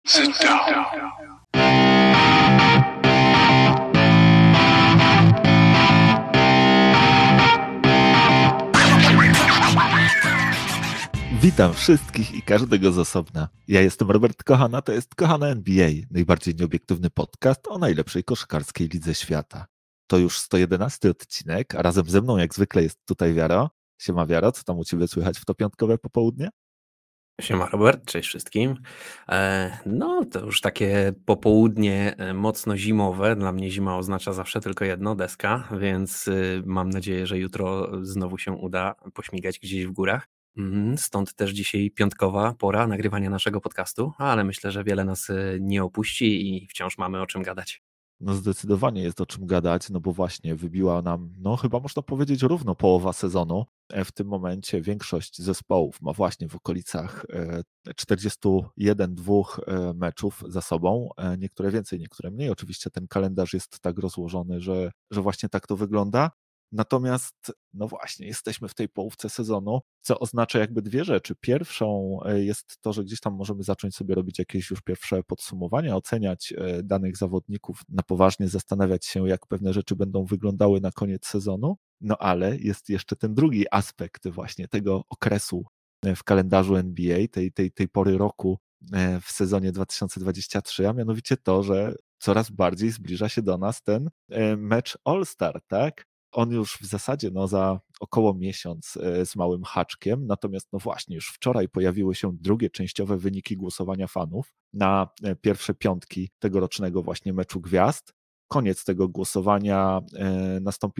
Sit down. Witam wszystkich i każdego z osobna. Ja jestem Robert Kochana, to jest Kochana NBA, najbardziej nieobiektywny podcast o najlepszej koszykarskiej lidze świata. To już 111 odcinek, a razem ze mną jak zwykle jest tutaj Wiaro. Siema Wiaro, co tam u Ciebie słychać w to piątkowe popołudnie? Siema Robert, cześć wszystkim. No to już takie popołudnie mocno zimowe. Dla mnie zima oznacza zawsze tylko jedno, deska, więc mam nadzieję, że jutro znowu się uda pośmigać gdzieś w górach. Stąd też dzisiaj piątkowa pora nagrywania naszego podcastu, ale myślę, że wiele nas nie opuści i wciąż mamy o czym gadać. No zdecydowanie jest o czym gadać, no bo właśnie wybiła nam, no chyba można powiedzieć równo połowa sezonu. W tym momencie większość zespołów ma właśnie w okolicach 41 meczów za sobą. Niektóre więcej, niektóre mniej. Oczywiście ten kalendarz jest tak rozłożony, że właśnie tak to wygląda. Natomiast, no właśnie, jesteśmy w tej połówce sezonu, co oznacza jakby dwie rzeczy. Pierwszą jest to, że gdzieś tam możemy zacząć sobie robić jakieś już pierwsze podsumowania, oceniać danych zawodników, na poważnie zastanawiać się, jak pewne rzeczy będą wyglądały na koniec sezonu. No ale jest jeszcze ten drugi aspekt właśnie tego okresu w kalendarzu NBA, tej pory roku w sezonie 2023, a mianowicie to, że coraz bardziej zbliża się do nas ten mecz All-Star, tak? On już w zasadzie za około miesiąc z małym haczkiem, natomiast no właśnie już wczoraj pojawiły się drugie częściowe wyniki głosowania fanów na pierwsze piątki tegorocznego właśnie meczu gwiazd. Koniec tego głosowania nastąpi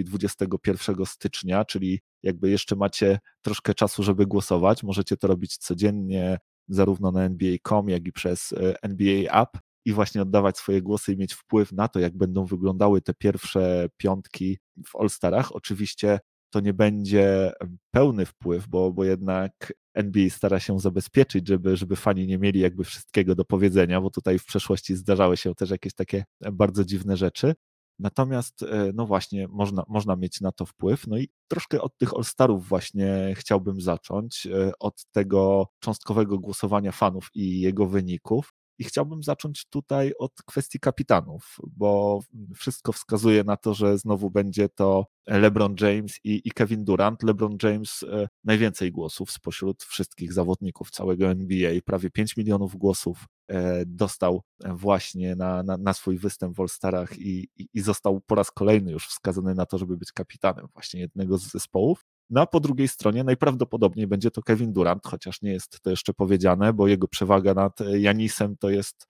21 stycznia, czyli jakby jeszcze macie troszkę czasu, żeby głosować. Możecie to robić codziennie, zarówno na NBA.com, jak i przez NBA App i właśnie oddawać swoje głosy i mieć wpływ na to, jak będą wyglądały te pierwsze piątki w All-Starach. Oczywiście to nie będzie pełny wpływ, bo jednak NBA stara się zabezpieczyć, żeby fani nie mieli jakby wszystkiego do powiedzenia, bo tutaj w przeszłości zdarzały się też jakieś takie bardzo dziwne rzeczy. Natomiast no właśnie można mieć na to wpływ. No i troszkę od tych All-Starów właśnie chciałbym zacząć, od tego cząstkowego głosowania fanów i jego wyników. I chciałbym zacząć tutaj od kwestii kapitanów, bo wszystko wskazuje na to, że znowu będzie to LeBron James i Kevin Durant. LeBron James najwięcej głosów spośród wszystkich zawodników całego NBA, prawie 5 milionów głosów dostał właśnie na swój występ w All-Starach i został po raz kolejny już wskazany na to, żeby być kapitanem właśnie jednego z zespołów. No a po drugiej stronie najprawdopodobniej będzie to Kevin Durant, chociaż nie jest to jeszcze powiedziane, bo jego przewaga nad Janisem to jest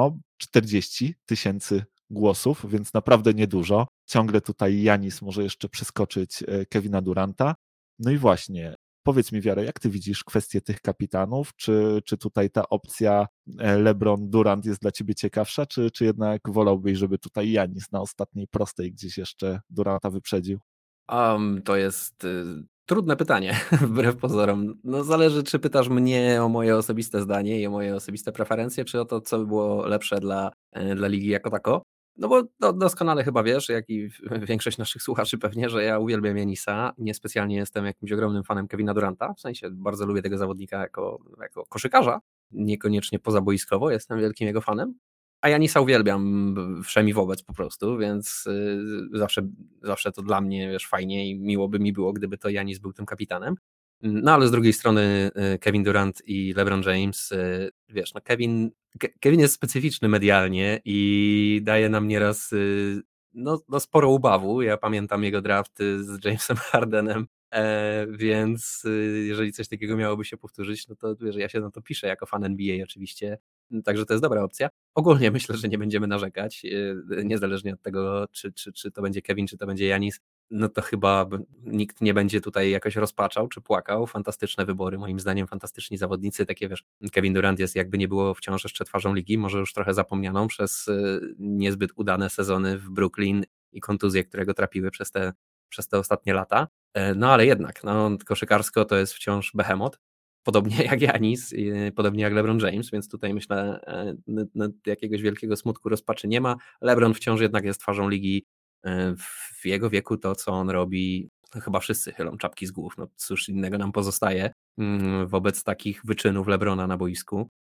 40 000 głosów, więc naprawdę niedużo. Ciągle tutaj Janis może jeszcze przeskoczyć Kevina Duranta. No i właśnie, powiedz mi Wiara, jak ty widzisz kwestię tych kapitanów? Czy tutaj ta opcja LeBron-Durant jest dla ciebie ciekawsza, czy jednak wolałbyś, żeby tutaj Janis na ostatniej prostej gdzieś jeszcze Duranta wyprzedził? To jest trudne pytanie, wbrew pozorom. No zależy, czy pytasz mnie o moje osobiste zdanie i o moje osobiste preferencje, czy o to, co by było lepsze dla ligi jako tako. No bo doskonale chyba wiesz, jak i większość naszych słuchaczy pewnie, że ja uwielbiam Janisa. Niespecjalnie jestem jakimś ogromnym fanem Kevina Duranta, w sensie bardzo lubię tego zawodnika jako koszykarza, niekoniecznie pozaboiskowo, jestem wielkim jego fanem. A Janisa uwielbiam wszemi wobec po prostu, więc zawsze to dla mnie fajnie i miło by mi było, gdyby to Janis był tym kapitanem. No ale z drugiej strony Kevin Durant i LeBron James, Kevin jest specyficzny medialnie i daje nam nieraz sporo ubawu. Ja pamiętam jego drafty z Jamesem Hardenem, więc jeżeli coś takiego miałoby się powtórzyć, no to ja się na to piszę jako fan NBA oczywiście, także to jest dobra opcja. Ogólnie myślę, że nie będziemy narzekać, niezależnie od tego, czy to będzie Kevin, czy to będzie Janis, no to chyba nikt nie będzie tutaj jakoś rozpaczał czy płakał. Fantastyczne wybory, moim zdaniem fantastyczni zawodnicy, takie Kevin Durant jest jakby nie było wciąż jeszcze twarzą ligi, może już trochę zapomnianą przez niezbyt udane sezony w Brooklyn i kontuzje, które go trapiły przez te ostatnie lata. No ale jednak, koszykarsko to jest wciąż behemoth, podobnie jak Janis, podobnie jak LeBron James, więc tutaj myślę, jakiegoś wielkiego smutku, rozpaczy nie ma. LeBron wciąż jednak jest twarzą ligi. W jego wieku to, co on robi, chyba wszyscy chylą czapki z głów. No cóż innego nam pozostaje wobec takich wyczynów LeBrona na boisku.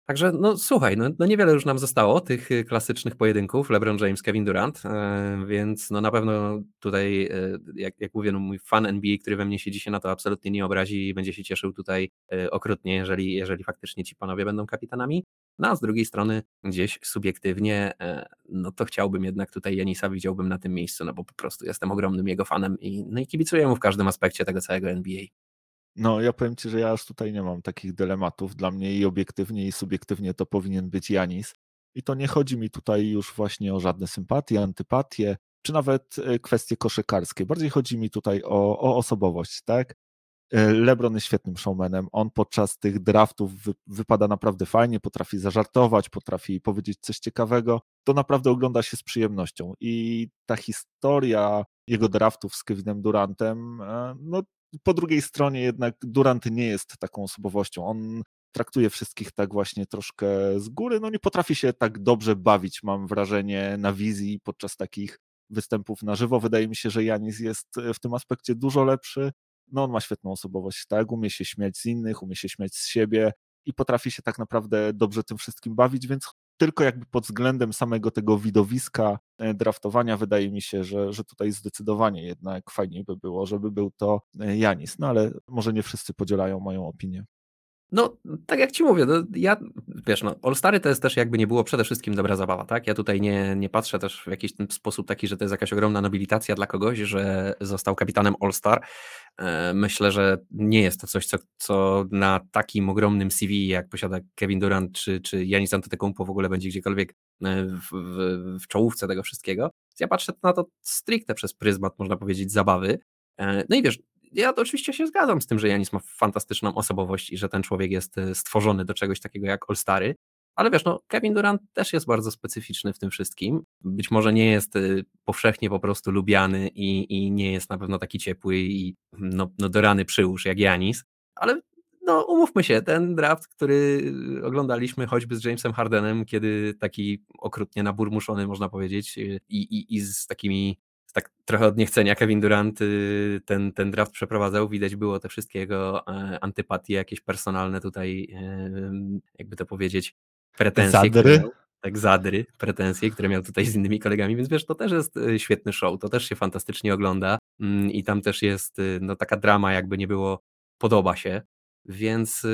Także no słuchaj, no niewiele już nam zostało tych klasycznych pojedynków LeBron James, Kevin Durant, więc no na pewno tutaj, jak mówię, no mój fan NBA, który we mnie siedzi, się na to absolutnie nie obrazi i będzie się cieszył tutaj okrutnie, jeżeli faktycznie ci panowie będą kapitanami. No a z drugiej strony gdzieś subiektywnie, no to chciałbym jednak tutaj Janisa widziałbym na tym miejscu, no bo po prostu jestem ogromnym jego fanem i kibicuję mu w każdym aspekcie tego całego NBA. No, ja powiem Ci, że ja aż tutaj nie mam takich dylematów. Dla mnie i obiektywnie, i subiektywnie to powinien być Janis. I to nie chodzi mi tutaj już właśnie o żadne sympatie, antypatie, czy nawet kwestie koszykarskie. Bardziej chodzi mi tutaj o osobowość, tak? LeBron jest świetnym showmanem. On podczas tych draftów wypada naprawdę fajnie, potrafi zażartować, potrafi powiedzieć coś ciekawego. To naprawdę ogląda się z przyjemnością. I ta historia jego draftów z Kevinem Durantem, no po drugiej stronie jednak Durant nie jest taką osobowością. On traktuje wszystkich tak właśnie troszkę z góry. No nie potrafi się tak dobrze bawić, mam wrażenie, na wizji podczas takich występów na żywo. Wydaje mi się, że Janis jest w tym aspekcie dużo lepszy. No on ma świetną osobowość, tak? Umie się śmiać z innych, umie się śmiać z siebie i potrafi się tak naprawdę dobrze tym wszystkim bawić, więc tylko jakby pod względem samego tego widowiska draftowania wydaje mi się, że tutaj zdecydowanie jednak fajniej by było, żeby był to Janis, no ale może nie wszyscy podzielają moją opinię. No, tak jak ci mówię, no, wiesz, no, All-Stary to jest też jakby nie było przede wszystkim dobra zabawa, tak? Ja tutaj nie patrzę też w jakiś ten sposób taki, że to jest jakaś ogromna nobilitacja dla kogoś, że został kapitanem All-Star. Myślę, że nie jest to coś, co na takim ogromnym CV, jak posiada Kevin Durant czy Giannis Antetokounmpo w ogóle będzie gdziekolwiek w czołówce tego wszystkiego. Więc ja patrzę na to stricte przez pryzmat, można powiedzieć, zabawy. No i wiesz, ja to oczywiście się zgadzam z tym, że Janis ma fantastyczną osobowość i że ten człowiek jest stworzony do czegoś takiego jak All-Stary, ale wiesz, no Kevin Durant też jest bardzo specyficzny w tym wszystkim. Być może nie jest powszechnie po prostu lubiany i nie jest na pewno taki ciepły i no do rany przyłóż jak Janis, ale no umówmy się, ten draft, który oglądaliśmy choćby z Jamesem Hardenem, kiedy taki okrutnie naburmuszony, można powiedzieć, i z takimi tak trochę od niechcenia Kevin Durant ten draft przeprowadzał. Widać było te wszystkie jego antypatie, jakieś personalne tutaj, jakby to powiedzieć, pretensje, które Zadry? miał. Tak, zadry, pretensje, które miał tutaj z innymi kolegami, więc wiesz, to też jest świetny show, to też się fantastycznie ogląda i tam też jest no taka drama, jakby nie było, podoba się. Więc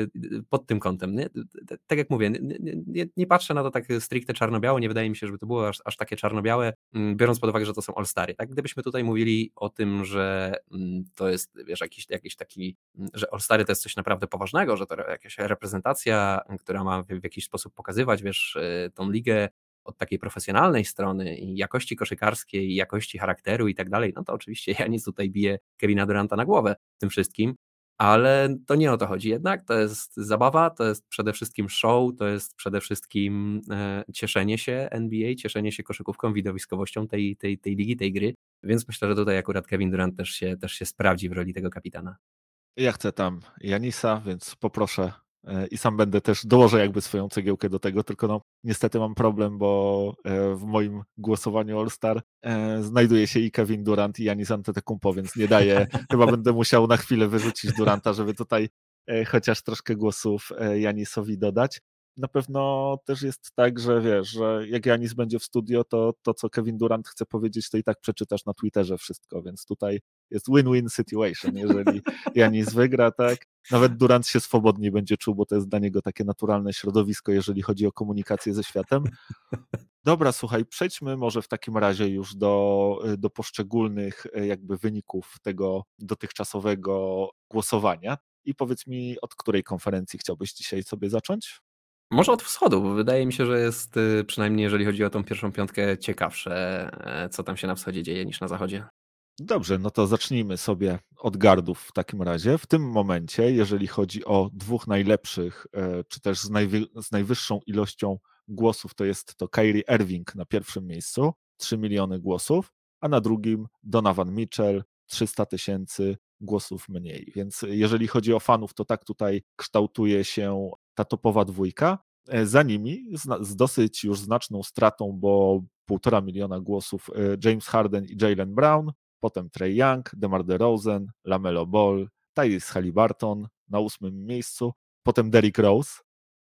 pod tym kątem, tak jak mówię, nie patrzę na to tak stricte czarno-biało, nie wydaje mi się, żeby to było aż takie czarno-białe, biorąc pod uwagę, że to są All-Stary. Tak? Gdybyśmy tutaj mówili o tym, że to jest, wiesz, jakiś taki, że All-Stary to jest coś naprawdę poważnego, że to jakaś reprezentacja, która ma w jakiś sposób pokazywać, wiesz, tą ligę od takiej profesjonalnej strony i jakości koszykarskiej, i jakości charakteru i tak dalej, no to oczywiście ja nic tutaj biję Kevina Duranta na głowę tym wszystkim, ale to nie o to chodzi jednak, to jest zabawa, to jest przede wszystkim show, to jest przede wszystkim cieszenie się NBA, cieszenie się koszykówką, widowiskowością tej ligi, tej gry, więc myślę, że tutaj akurat Kevin Durant też się sprawdzi w roli tego kapitana. Ja chcę tam Janisa, więc poproszę i sam będę też, dołożę jakby swoją cegiełkę do tego, tylko no niestety mam problem, bo w moim głosowaniu All-Star znajduje się i Kevin Durant i Giannis Antetokounmpo, więc nie daję, chyba będę musiał na chwilę wyrzucić Duranta, żeby tutaj chociaż troszkę głosów Giannisowi dodać. Na pewno też jest tak, że wiesz, że jak Giannis będzie w studio, to co Kevin Durant chce powiedzieć, to i tak przeczytasz na Twitterze wszystko, więc tutaj jest win-win situation, jeżeli Janis wygra, tak? Nawet Durant się swobodniej będzie czuł, bo to jest dla niego takie naturalne środowisko, jeżeli chodzi o komunikację ze światem. Dobra, słuchaj, przejdźmy może w takim razie już do poszczególnych jakby wyników tego dotychczasowego głosowania i powiedz mi, od której konferencji chciałbyś dzisiaj sobie zacząć? Może od wschodu, bo wydaje mi się, że jest przynajmniej jeżeli chodzi o tą pierwszą piątkę ciekawsze, co tam się na wschodzie dzieje niż na zachodzie. Dobrze, no to zacznijmy sobie od gardów w takim razie. W tym momencie, jeżeli chodzi o dwóch najlepszych, czy też z najwyższą ilością głosów, to jest to Kyrie Irving na pierwszym miejscu, 3 miliony głosów, a na drugim Donovan Mitchell, 300 000 głosów mniej. Więc jeżeli chodzi o fanów, to tak tutaj kształtuje się ta topowa dwójka. Za nimi z dosyć już znaczną stratą, bo 1,5 miliona głosów James Harden i Jaylen Brown, potem Trae Young, DeMar DeRozan, LaMelo Ball, Tyrese Haliburton na 8. miejscu, potem Derrick Rose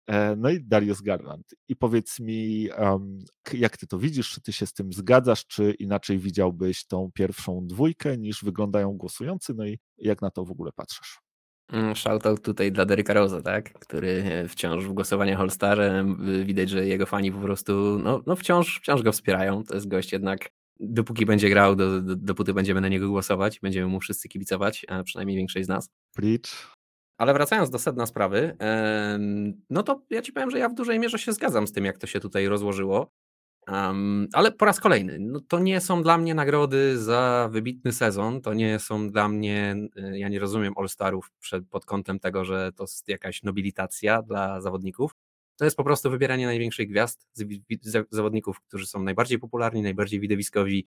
No i Darius Garland. I powiedz mi, jak ty to widzisz, czy ty się z tym zgadzasz, czy inaczej widziałbyś tą pierwszą dwójkę, niż wyglądają głosujący, no i jak na to w ogóle patrzysz? Shoutout tutaj dla Derricka Rose'a, tak? Który wciąż w głosowaniach All-Starze widać, że jego fani po prostu wciąż go wspierają. To jest gość jednak, dopóki będzie grał, dopóty będziemy na niego głosować, będziemy mu wszyscy kibicować, a przynajmniej większość z nas. Preach. Ale wracając do sedna sprawy, no to ja ci powiem, że ja w dużej mierze się zgadzam z tym, jak to się tutaj rozłożyło. Ale po raz kolejny, no to nie są dla mnie nagrody za wybitny sezon, to nie są dla mnie, ja nie rozumiem All-Starów pod kątem tego, że to jest jakaś nobilitacja dla zawodników. To jest po prostu wybieranie największych gwiazd, zawodników, którzy są najbardziej popularni, najbardziej widowiskowi,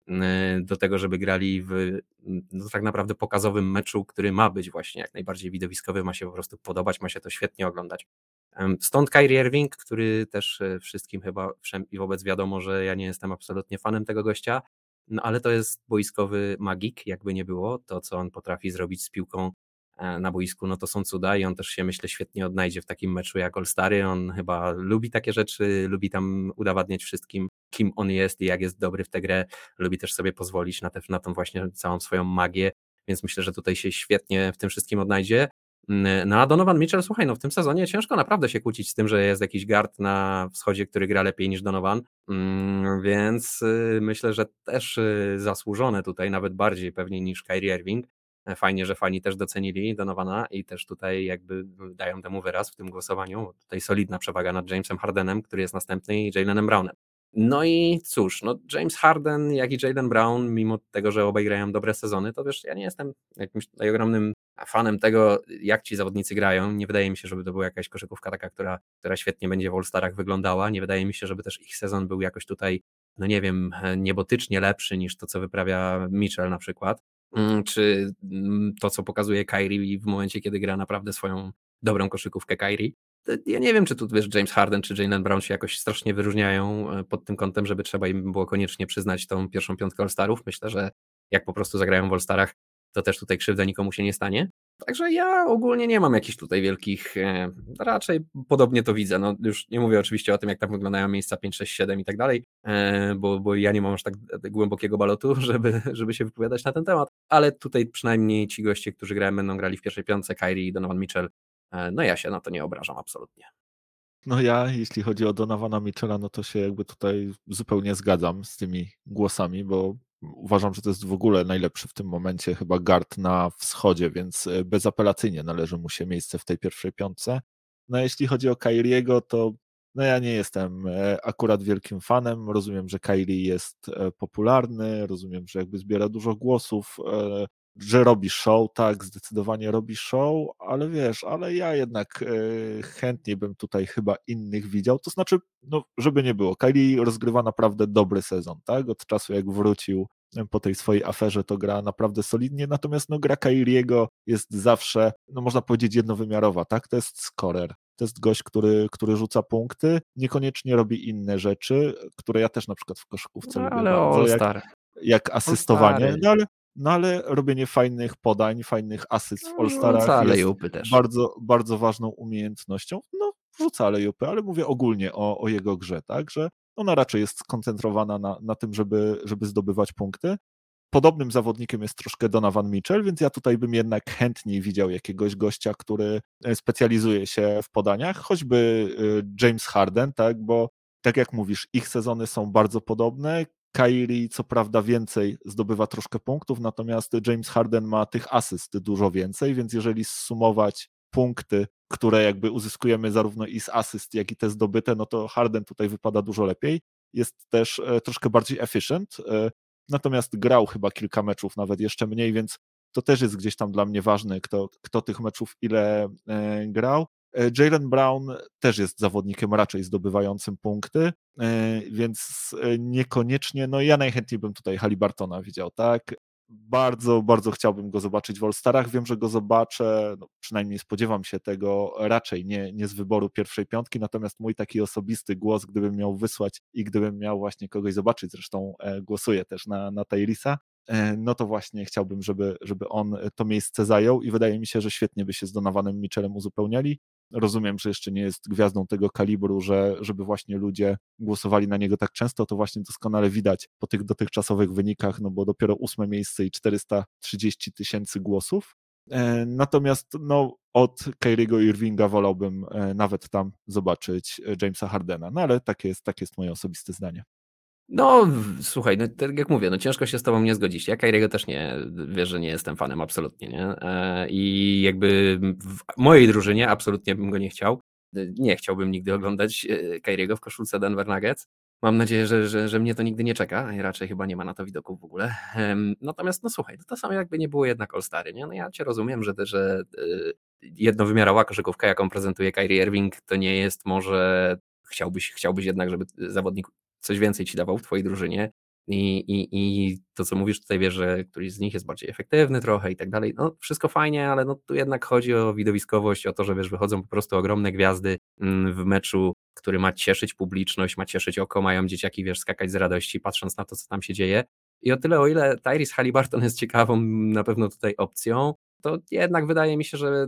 do tego, żeby grali w tak naprawdę pokazowym meczu, który ma być właśnie jak najbardziej widowiskowy, ma się po prostu podobać, ma się to świetnie oglądać. Stąd Kyrie Irving, który też wszystkim chyba wszem i wobec wiadomo, że ja nie jestem absolutnie fanem tego gościa, no ale to jest boiskowy magik, jakby nie było. To, co on potrafi zrobić z piłką na boisku, no to są cuda i on też się, myślę, świetnie odnajdzie w takim meczu jak All-Stary. On chyba lubi takie rzeczy, lubi tam udowadniać wszystkim, kim on jest i jak jest dobry w tę grę. Lubi też sobie pozwolić na tą właśnie całą swoją magię, więc myślę, że tutaj się świetnie w tym wszystkim odnajdzie. No a Donovan Mitchell, słuchaj, no w tym sezonie ciężko naprawdę się kłócić z tym, że jest jakiś guard na wschodzie, który gra lepiej niż Donovan, więc myślę, że też zasłużone tutaj, nawet bardziej pewnie niż Kyrie Irving. Fajnie, że fani też docenili Donovana i też tutaj jakby dają temu wyraz w tym głosowaniu. Tutaj solidna przewaga nad Jamesem Hardenem, który jest następny, i Jaylenem Brownem. No i cóż, no James Harden, jak i Jaylen Brown, mimo tego, że obaj grają dobre sezony, to wiesz, ja nie jestem jakimś tutaj ogromnym fanem tego, jak ci zawodnicy grają. Nie wydaje mi się, żeby to była jakaś koszykówka taka, która świetnie będzie w All-Starach wyglądała. Nie wydaje mi się, żeby też ich sezon był jakoś tutaj, no nie wiem, niebotycznie lepszy niż to, co wyprawia Mitchell na przykład, czy to, co pokazuje Kyrie w momencie, kiedy gra naprawdę swoją dobrą koszykówkę Kyrie. Ja nie wiem, czy tu wiesz, James Harden czy Jaylen Brown się jakoś strasznie wyróżniają pod tym kątem, żeby trzeba im było koniecznie przyznać tą pierwszą piątkę All-Starów. Myślę, że jak po prostu zagrają w All-Starach, to też tutaj krzywda nikomu się nie stanie. Także ja ogólnie nie mam jakichś tutaj wielkich, raczej podobnie to widzę. No już nie mówię oczywiście o tym, jak tam wyglądają miejsca 5, 6, 7 i tak dalej, bo ja nie mam aż tak głębokiego balotu, żeby się wypowiadać na ten temat, ale tutaj przynajmniej ci goście, którzy będą grali w pierwszej piątce, Kyrie i Donovan Mitchell, no ja się na to nie obrażam absolutnie. No ja, jeśli chodzi o Donovana Mitchella, no to się jakby tutaj zupełnie zgadzam z tymi głosami, bo uważam, że to jest w ogóle najlepszy w tym momencie chyba guard na wschodzie, więc bezapelacyjnie należy mu się miejsce w tej pierwszej piątce. No a jeśli chodzi o Kyriego, to no ja nie jestem akurat wielkim fanem. Rozumiem, że Kyrie jest popularny, rozumiem, że jakby zbiera dużo głosów, że robi show, tak, zdecydowanie robi show, ale wiesz, ale ja jednak chętniej bym tutaj chyba innych widział, to znaczy, no, żeby nie było, Kyrie rozgrywa naprawdę dobry sezon, tak, od czasu jak wrócił po tej swojej aferze, to gra naprawdę solidnie, natomiast no, gra Kyriego jest zawsze, no można powiedzieć, jednowymiarowa, tak, to jest scorer, to jest gość, który rzuca punkty, niekoniecznie robi inne rzeczy, które ja też na przykład w koszykówce No lubię ale bardzo, All-Star. jak asystowanie, All-Stary. no ale robienie fajnych podań, fajnych asyst w All-Starach Rzuca jest lejupy też. bardzo, bardzo ważną umiejętnością. No, rzuca lejupy, ale mówię ogólnie o jego grze, tak, że ona raczej jest skoncentrowana na tym, żeby zdobywać punkty. Podobnym zawodnikiem jest troszkę Donovan Mitchell, więc ja tutaj bym jednak chętniej widział jakiegoś gościa, który specjalizuje się w podaniach, choćby James Harden, tak, bo tak jak mówisz, ich sezony są bardzo podobne. Kyrie co prawda więcej zdobywa troszkę punktów, natomiast James Harden ma tych asyst dużo więcej, więc jeżeli zsumować punkty, które jakby uzyskujemy zarówno i z asyst, jak i te zdobyte, no to Harden tutaj wypada dużo lepiej. Jest też troszkę bardziej efficient, natomiast grał chyba kilka meczów, nawet jeszcze mniej, więc to też jest gdzieś tam dla mnie ważne, kto tych meczów ile grał. Jaylen Brown też jest zawodnikiem raczej zdobywającym punkty, więc niekoniecznie, no ja najchętniej bym tutaj Haliburtona widział, tak? Bardzo, bardzo chciałbym go zobaczyć w All-Starach. Wiem, że go zobaczę, no przynajmniej spodziewam się tego raczej nie z wyboru pierwszej piątki, natomiast mój taki osobisty głos, gdybym miał wysłać i gdybym miał właśnie kogoś zobaczyć, zresztą głosuję też na Tyrisa, no to właśnie chciałbym, żeby on to miejsce zajął i wydaje mi się, że świetnie by się z Donovanem Mitchellem uzupełniali. rozumiem, że jeszcze nie jest gwiazdą tego kalibru, żeby właśnie ludzie głosowali na niego tak często, to właśnie doskonale widać po tych dotychczasowych wynikach, no bo dopiero 8 miejsce i 430 000 głosów. Natomiast no, od Kyriego Irvinga wolałbym nawet tam zobaczyć Jamesa Hardena, no ale takie jest moje osobiste zdanie. No, słuchaj, no, tak jak mówię, no ciężko się z tobą nie zgodzić. Ja Kyriego też nie, wiesz, że nie jestem fanem, absolutnie, nie? I jakby w mojej drużynie absolutnie bym go nie chciał. Nie chciałbym nigdy oglądać Kyriego w koszulce Denver Nuggets. Mam nadzieję, że mnie to nigdy nie czeka i raczej chyba nie ma na to widoków w ogóle. Natomiast, no słuchaj, to samo jakby nie było jednak All-Stary, nie? No ja cię rozumiem, że jednowymiarowa koszykówka, jaką prezentuje Kyrie Irving, to nie jest może... Chciałbyś jednak, żeby zawodnik coś więcej ci dawał w twojej drużynie i to, co mówisz tutaj, wiesz, że któryś z nich jest bardziej efektywny trochę i tak dalej, no wszystko fajnie, ale no tu jednak chodzi o widowiskowość, o to, że wiesz, wychodzą po prostu ogromne gwiazdy w meczu, który ma cieszyć publiczność, ma cieszyć oko, mają dzieciaki, wiesz, skakać z radości, patrząc na to, co tam się dzieje. I o tyle, o ile Tyrese Haliburton jest ciekawą na pewno tutaj opcją, to jednak wydaje mi się, że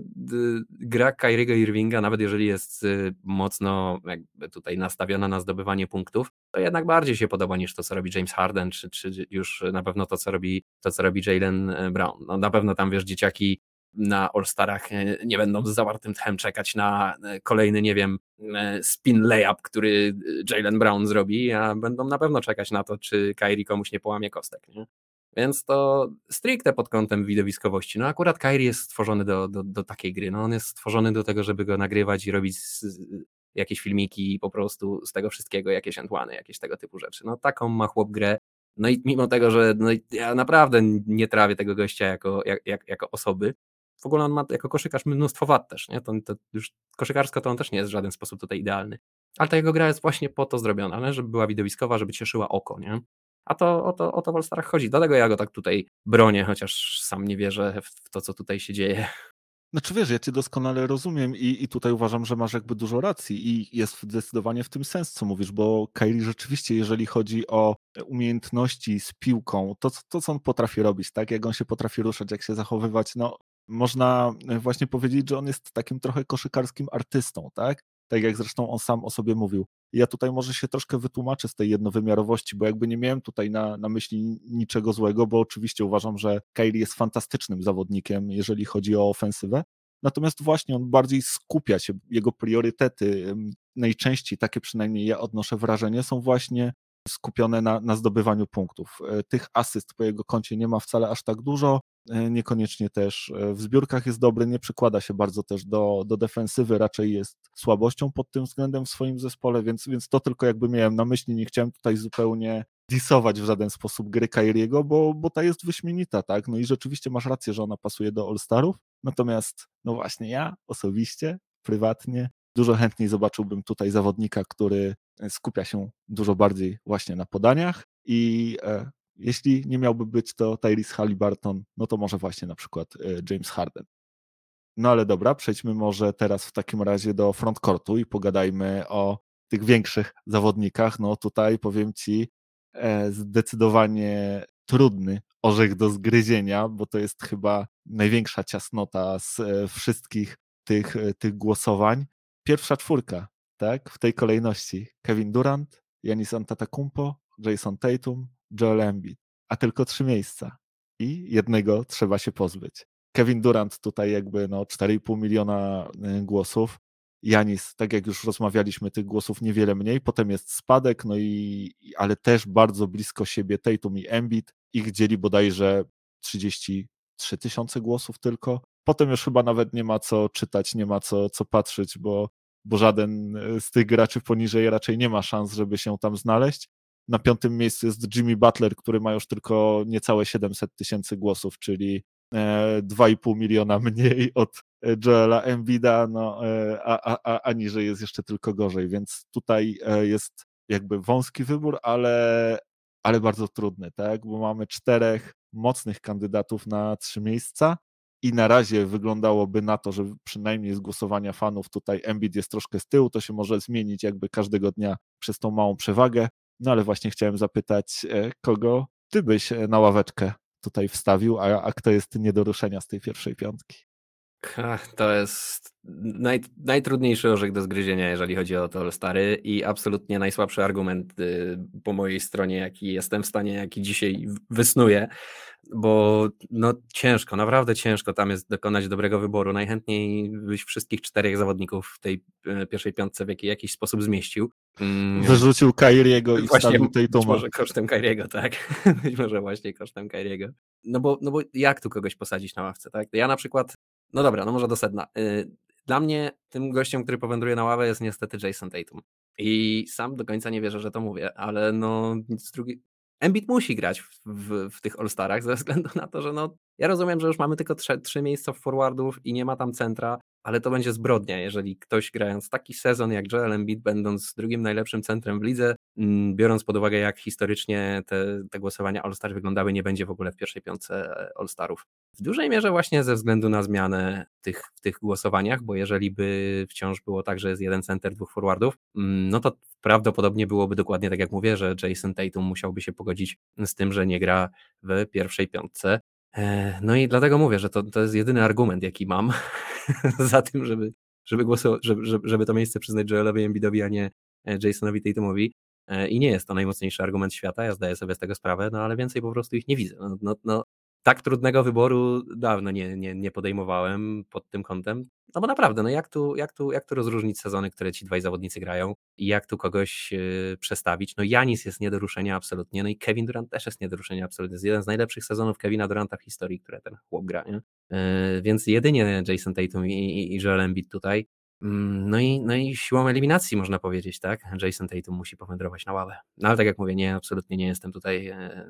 gra Kyriego Irvinga, nawet jeżeli jest mocno jakby tutaj nastawiona na zdobywanie punktów, to jednak bardziej się podoba niż to, co robi James Harden, czy już na pewno to, co robi Jaylen Brown. No na pewno tam, wiesz, dzieciaki na All-Starach nie będą z zawartym tchem czekać na kolejny, nie wiem, spin layup, który Jaylen Brown zrobi, a będą na pewno czekać na to, czy Kyrie komuś nie połamie kostek, nie? Więc to stricte pod kątem widowiskowości. No akurat Kyrie jest stworzony do takiej gry. No on jest stworzony do tego, żeby go nagrywać i robić jakieś filmiki po prostu z tego wszystkiego, jakieś entłany, jakieś tego typu rzeczy. No taką ma chłop grę. No i mimo tego, że no ja naprawdę nie trawię tego gościa jako osoby, w ogóle on ma jako koszykarz mnóstwo wad też, nie? To już koszykarsko to on też nie jest w żaden sposób tutaj idealny. Ale ta jego gra jest właśnie po to zrobiona, nie? Żeby była widowiskowa, żeby cieszyła oko, nie? A to o to w All-Starach chodzi. Dlatego ja go tak tutaj bronię, chociaż sam nie wierzę w to, co tutaj się dzieje. Znaczy wiesz, ja cię doskonale rozumiem i tutaj uważam, że masz jakby dużo racji i jest zdecydowanie w tym sens, co mówisz, bo Kyrie rzeczywiście, jeżeli chodzi o umiejętności z piłką, to co on potrafi robić, tak, jak on się potrafi ruszać, jak się zachowywać, no można właśnie powiedzieć, że on jest takim trochę koszykarskim artystą, tak, tak jak zresztą on sam o sobie mówił. Ja tutaj może się troszkę wytłumaczę z tej jednowymiarowości, bo jakby nie miałem tutaj na myśli niczego złego, bo oczywiście uważam, że Kyrie jest fantastycznym zawodnikiem, jeżeli chodzi o ofensywę, natomiast właśnie on bardziej skupia się, jego priorytety, najczęściej takie przynajmniej ja odnoszę wrażenie, są właśnie skupione na zdobywaniu punktów. Tych asyst po jego koncie nie ma wcale aż tak dużo, niekoniecznie też w zbiórkach jest dobry, nie przykłada się bardzo też do defensywy, raczej jest słabością pod tym względem w swoim zespole, więc to tylko jakby miałem na myśli, nie chciałem tutaj zupełnie disować w żaden sposób gry Kyriego, bo ta jest wyśmienita, tak, no i rzeczywiście masz rację, że ona pasuje do All-Starów, natomiast no właśnie ja osobiście, prywatnie, dużo chętniej zobaczyłbym tutaj zawodnika, który skupia się dużo bardziej właśnie na podaniach i jeśli nie miałby być to Tyrese Haliburton, no to może właśnie na przykład James Harden. No ale dobra, przejdźmy może teraz w takim razie do frontcourtu i pogadajmy o tych większych zawodnikach. No tutaj powiem ci, zdecydowanie trudny orzech do zgryzienia, bo to jest chyba największa ciasnota z wszystkich tych głosowań. Pierwsza czwórka, tak, w tej kolejności. Kevin Durant, Giannis Antetokounmpo, Jason Tatum, Joel Embiid, a tylko 3 miejsca i jednego trzeba się pozbyć. Kevin Durant tutaj jakby 4,5 miliona głosów. Giannis, tak jak już rozmawialiśmy, tych głosów niewiele mniej, potem jest spadek, ale też bardzo blisko siebie Tatum i Embiid. Ich dzieli bodajże 33 000 głosów tylko. Potem już chyba nawet nie ma co czytać, nie ma co patrzeć, bo żaden z tych graczy poniżej raczej nie ma szans, żeby się tam znaleźć. Na 5. miejscu jest Jimmy Butler, który ma już tylko niecałe 700 000 głosów, czyli 2,5 miliona mniej od Joela Embida, a niżej jest jeszcze tylko gorzej, więc tutaj jest jakby wąski wybór, ale bardzo trudny, tak? Bo mamy 4 mocnych kandydatów na 3 miejsca i na razie wyglądałoby na to, że przynajmniej z głosowania fanów tutaj Embiid jest troszkę z tyłu, to się może zmienić jakby każdego dnia przez tą małą przewagę, no ale właśnie chciałem zapytać, kogo ty byś na ławeczkę tutaj wstawił, a kto jest nie do ruszenia z tej pierwszej 5? To jest najtrudniejszy orzech do zgryzienia, jeżeli chodzi o te All-Stary i absolutnie najsłabszy argument po mojej stronie, jaki jestem w stanie, jaki dzisiaj wysnuję, bo no ciężko, naprawdę ciężko tam jest dokonać dobrego wyboru. Najchętniej byś wszystkich 4 zawodników w tej pierwszej piątce w jakiś sposób zmieścił. Wyrzucił Kyriego i Właśnie, wstawił być Tatuma. może kosztem Kyriego, tak. Być może właśnie kosztem Kyriego. No bo jak tu kogoś posadzić na ławce, tak? Ja na przykład, no dobra, no może do sedna. Dla mnie tym gościem, który powędruje na ławę jest niestety Jason Tatum. I sam do końca nie wierzę, że to mówię, ale no z drugiej... Embiid musi grać w tych All-Starach ze względu na to, że no ja rozumiem, że już mamy tylko 3 miejsca w forwardów i nie ma tam centra, ale to będzie zbrodnia, jeżeli ktoś grając taki sezon jak Joel Embiid, będąc drugim najlepszym centrem w lidze, biorąc pod uwagę jak historycznie te głosowania All-Star wyglądały, nie będzie w ogóle w pierwszej piątce All-Starów. W dużej mierze właśnie ze względu na zmianę w tych głosowaniach, bo jeżeli by wciąż było tak, że jest jeden center, 2 forwardów, no to prawdopodobnie byłoby dokładnie tak jak mówię, że Jason Tatum musiałby się pogodzić z tym, że nie gra w pierwszej piątce. No i dlatego mówię, że to jest jedyny argument, jaki mam za tym, żeby to miejsce przyznać Joelowi Embiidowi, a nie Jasonowi Tatumowi. I nie jest to najmocniejszy argument świata, ja zdaję sobie z tego sprawę, no ale więcej po prostu ich nie widzę. Tak trudnego wyboru dawno nie podejmowałem pod tym kątem. No bo naprawdę, no jak tu rozróżnić sezony, które ci 2 zawodnicy grają i jak tu kogoś przestawić? No Giannis jest nie do ruszenia absolutnie, no i Kevin Durant też jest nie do ruszenia absolutnie. Jest jeden z najlepszych sezonów Kevina Duranta w historii, które ten chłop gra, nie? Więc jedynie Jason Tatum i Joel Embiid tutaj. No i siłą eliminacji można powiedzieć, tak? Jason Tatum musi powędrować na ławę. No ale tak jak mówię, absolutnie nie jestem tutaj,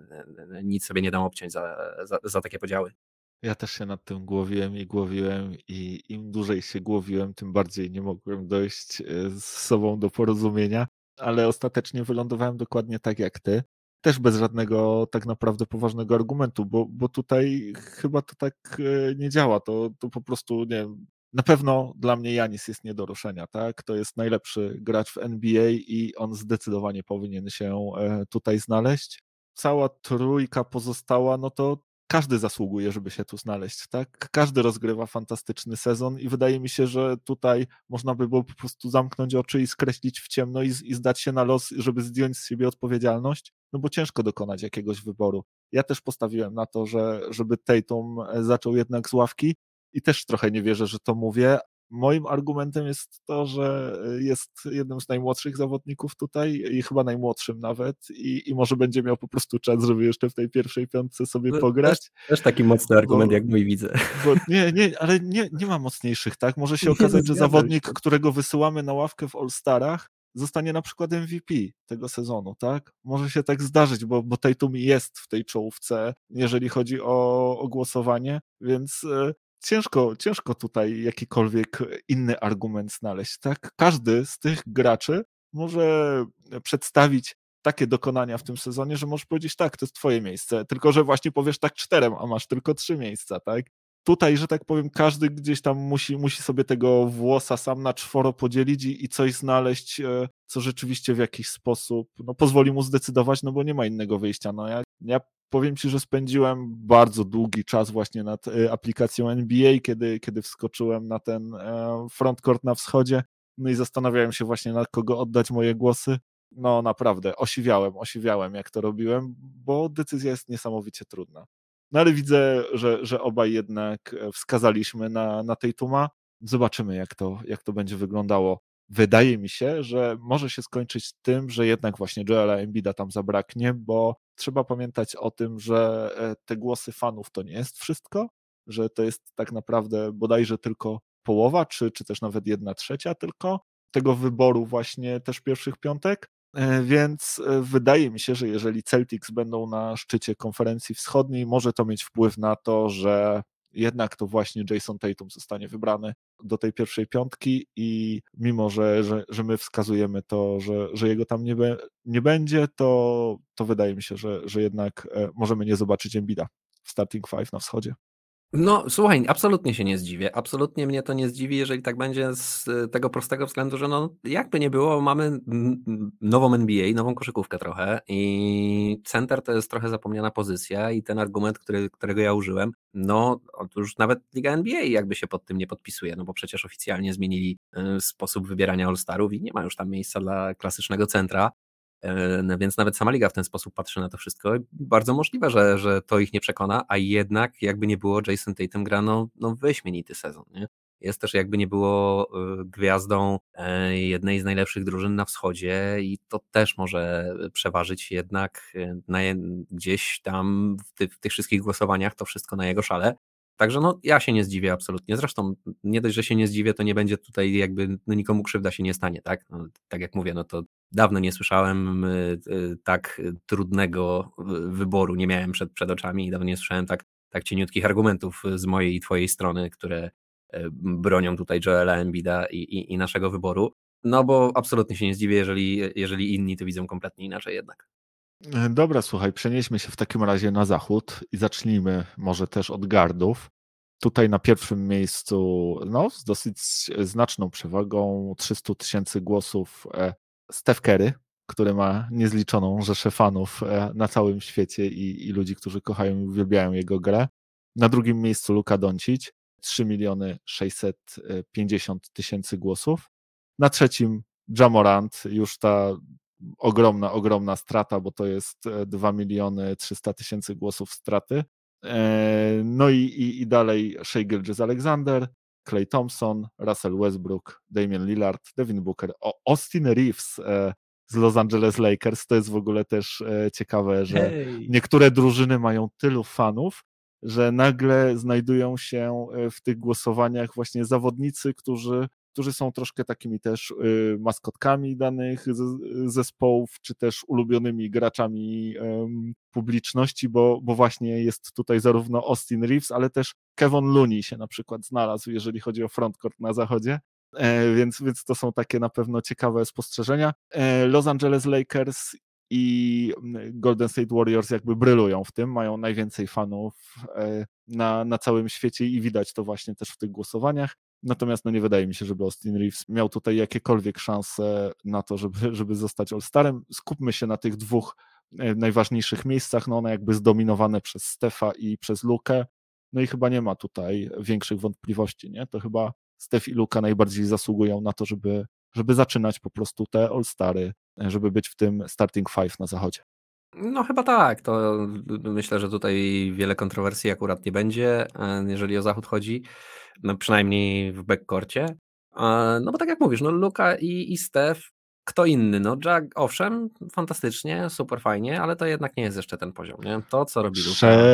nic sobie nie dam obciąć za takie podziały. Ja też się nad tym głowiłem i im dłużej się głowiłem, tym bardziej nie mogłem dojść z sobą do porozumienia, ale ostatecznie wylądowałem dokładnie tak jak ty. Też bez żadnego tak naprawdę poważnego argumentu, bo tutaj chyba to tak nie działa. To po prostu, nie wiem, na pewno dla mnie Giannis jest nie do ruszenia, tak? To jest najlepszy gracz w NBA i on zdecydowanie powinien się tutaj znaleźć. Cała trójka pozostała, no to każdy zasługuje, żeby się tu znaleźć, tak? Każdy rozgrywa fantastyczny sezon i wydaje mi się, że tutaj można by było po prostu zamknąć oczy i skreślić w ciemno i zdać się na los, żeby zdjąć z siebie odpowiedzialność, no bo ciężko dokonać jakiegoś wyboru. Ja też postawiłem na to, żeby Tatum zaczął jednak z ławki i też trochę nie wierzę, że to mówię. Moim argumentem jest to, że jest jednym z najmłodszych zawodników tutaj i chyba najmłodszym nawet i może będzie miał po prostu czas, żeby jeszcze w tej pierwszej piątce sobie pograć. Też taki mocny argument, jak mój widzę. Bo ale nie ma mocniejszych, tak? Może się okazać, że zawodnik, którego wysyłamy na ławkę w All-Starach, zostanie na przykład MVP tego sezonu, tak? Może się tak zdarzyć, bo Tatum jest w tej czołówce, jeżeli chodzi o głosowanie, więc ciężko tutaj jakikolwiek inny argument znaleźć, tak? Każdy z tych graczy może przedstawić takie dokonania w tym sezonie, że możesz powiedzieć, tak, to jest twoje miejsce, tylko że właśnie powiesz tak 4, a masz tylko 3 miejsca, tak? Tutaj, że tak powiem, każdy gdzieś tam musi sobie tego włosa sam na 4 podzielić i coś znaleźć, co rzeczywiście w jakiś sposób pozwoli mu zdecydować, no bo nie ma innego wyjścia. No ja powiem ci, że spędziłem bardzo długi czas właśnie nad aplikacją NBA, kiedy wskoczyłem na ten frontcourt na wschodzie, no i zastanawiałem się właśnie, na kogo oddać moje głosy. No naprawdę, osiwiałem jak to robiłem, bo decyzja jest niesamowicie trudna. No ale widzę, że obaj jednak wskazaliśmy na Tatuma. Zobaczymy, jak to będzie wyglądało. Wydaje mi się, że może się skończyć tym, że jednak właśnie Joela Embida tam zabraknie, bo trzeba pamiętać o tym, że te głosy fanów to nie jest wszystko, że to jest tak naprawdę bodajże tylko połowa, czy też nawet 1/3 tylko tego wyboru właśnie też pierwszych piątek. Więc wydaje mi się, że jeżeli Celtics będą na szczycie konferencji wschodniej, może to mieć wpływ na to, że jednak to właśnie Jason Tatum zostanie wybrany do tej pierwszej piątki i mimo, że my wskazujemy to, że jego tam nie będzie, to wydaje mi się, że jednak możemy nie zobaczyć Embida w starting five na wschodzie. No słuchaj, absolutnie się nie zdziwię. Absolutnie mnie to nie zdziwi, jeżeli tak będzie z tego prostego względu, że no jakby nie było, mamy nową NBA, nową koszykówkę trochę i center to jest trochę zapomniana pozycja i ten argument, którego ja użyłem, no otóż nawet Liga NBA jakby się pod tym nie podpisuje, no bo przecież oficjalnie zmienili sposób wybierania All-Starów i nie ma już tam miejsca dla klasycznego centra. No więc nawet sama liga w ten sposób patrzy na to wszystko. Bardzo możliwe, że to ich nie przekona, a jednak jakby nie było, Jason Tatum gra no wyśmienity sezon. Nie? Jest też jakby nie było gwiazdą jednej z najlepszych drużyn na wschodzie i to też może przeważyć jednak gdzieś tam w tych wszystkich głosowaniach to wszystko na jego szale. Także no ja się nie zdziwię absolutnie. Zresztą nie dość, że się nie zdziwię, to nie będzie tutaj jakby no, nikomu krzywda się nie stanie, tak? No, tak jak mówię, no to dawno nie słyszałem tak trudnego wyboru, nie miałem przed oczami i dawno nie słyszałem tak cieniutkich argumentów z mojej i twojej strony, które bronią tutaj Joela Embida i naszego wyboru. No bo absolutnie się nie zdziwię, jeżeli inni to widzą kompletnie inaczej jednak. Dobra, słuchaj, przenieśmy się w takim razie na zachód i zacznijmy może też od gardów. Tutaj na pierwszym miejscu, no, z dosyć znaczną przewagą, 300 000 głosów, Steph Curry, który ma niezliczoną rzeszę fanów na całym świecie i ludzi, którzy kochają i uwielbiają jego grę. Na drugim miejscu Luka Doncic, 3 650 000 głosów. Na trzecim Ja Morant, już ta ogromna strata, bo to jest 2 300 000 głosów straty. No i dalej Shai Gilgeous-Alexander, Klay Thompson, Russell Westbrook, Damian Lillard, Devin Booker, Austin Reeves z Los Angeles Lakers. To jest w ogóle też ciekawe, że Hej! niektóre drużyny mają tylu fanów, że nagle znajdują się w tych głosowaniach właśnie zawodnicy, którzy są troszkę takimi też maskotkami danych zespołów, czy też ulubionymi graczami publiczności, bo właśnie jest tutaj zarówno Austin Reeves, ale też Kevon Looney się na przykład znalazł, jeżeli chodzi o frontcourt na zachodzie. Więc to są takie na pewno ciekawe spostrzeżenia. Los Angeles Lakers i Golden State Warriors jakby brylują w tym, mają najwięcej fanów na całym świecie i widać to właśnie też w tych głosowaniach. Natomiast no nie wydaje mi się, żeby Austin Reeves miał tutaj jakiekolwiek szanse na to, żeby zostać All-Starem. Skupmy się na tych dwóch najważniejszych miejscach, no one jakby zdominowane przez Stefa i przez Lukę, no i chyba nie ma tutaj większych wątpliwości, nie? To chyba Stef i Luka najbardziej zasługują na to, żeby zaczynać po prostu te All-Stary, żeby być w tym starting five na zachodzie. No chyba tak, to myślę, że tutaj wiele kontrowersji akurat nie będzie, jeżeli o zachód chodzi, no przynajmniej w backcourcie. No bo tak jak mówisz, no Luka i Steph, kto inny, no Jack, owszem, fantastycznie, super fajnie, ale to jednak nie jest jeszcze ten poziom, nie? To, co robi Luka,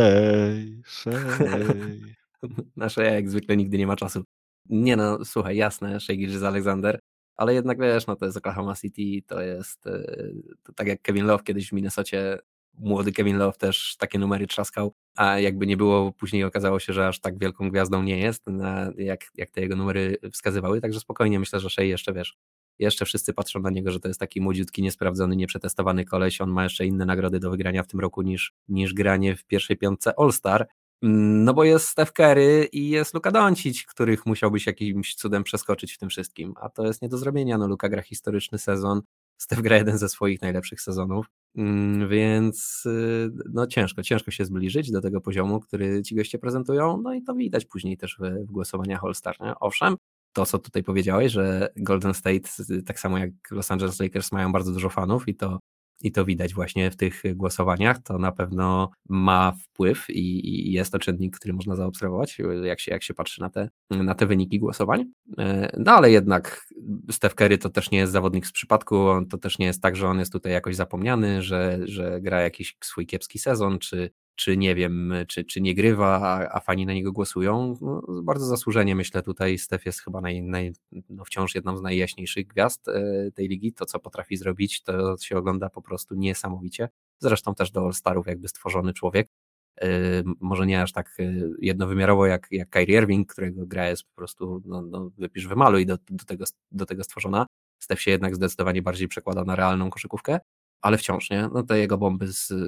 Szej. nasze jak zwykle nigdy nie ma czasu. Nie no, słuchaj, jasne, Shai Gilgeous-Alexander, ale jednak wiesz, no to jest Oklahoma City, to jest to tak jak Kevin Love kiedyś w Minnesocie, młody Kevin Love też takie numery trzaskał, a jakby nie było, później okazało się, że aż tak wielką gwiazdą nie jest, jak te jego numery wskazywały, także spokojnie myślę, że Shai jeszcze, wiesz, jeszcze wszyscy patrzą na niego, że to jest taki młodziutki, niesprawdzony, nieprzetestowany koleś, on ma jeszcze inne nagrody do wygrania w tym roku niż granie w pierwszej piątce All-Star, no bo jest Steph Curry i jest Luka Doncic, których musiałbyś jakimś cudem przeskoczyć w tym wszystkim, a to jest nie do zrobienia, no Luka gra historyczny sezon, Steph gra jeden ze swoich najlepszych sezonów, więc no ciężko się zbliżyć do tego poziomu, który ci goście prezentują, no i to widać później też w głosowaniach All-Star, nie? Owszem, to co tutaj powiedziałeś, że Golden State, tak samo jak Los Angeles Lakers mają bardzo dużo fanów i to widać właśnie w tych głosowaniach, to na pewno ma wpływ i jest to czynnik, który można zaobserwować, jak się patrzy na te wyniki głosowań. No ale jednak Steph Curry to też nie jest zawodnik z przypadku, to też nie jest tak, że on jest tutaj jakoś zapomniany, że gra jakiś swój kiepski sezon, czy nie wiem, czy nie grywa, a fani na niego głosują. No, bardzo zasłużenie myślę tutaj. Steph jest chyba no wciąż jedną z najjaśniejszych gwiazd tej ligi. To, co potrafi zrobić, to się ogląda po prostu niesamowicie. Zresztą też do All-Starów jakby stworzony człowiek. Może nie aż tak jednowymiarowo jak Kyrie Irving, którego gra jest po prostu no wypisz wymaluj do tego stworzona. Steph się jednak zdecydowanie bardziej przekłada na realną koszykówkę. ale wciąż, nie? No te jego bomby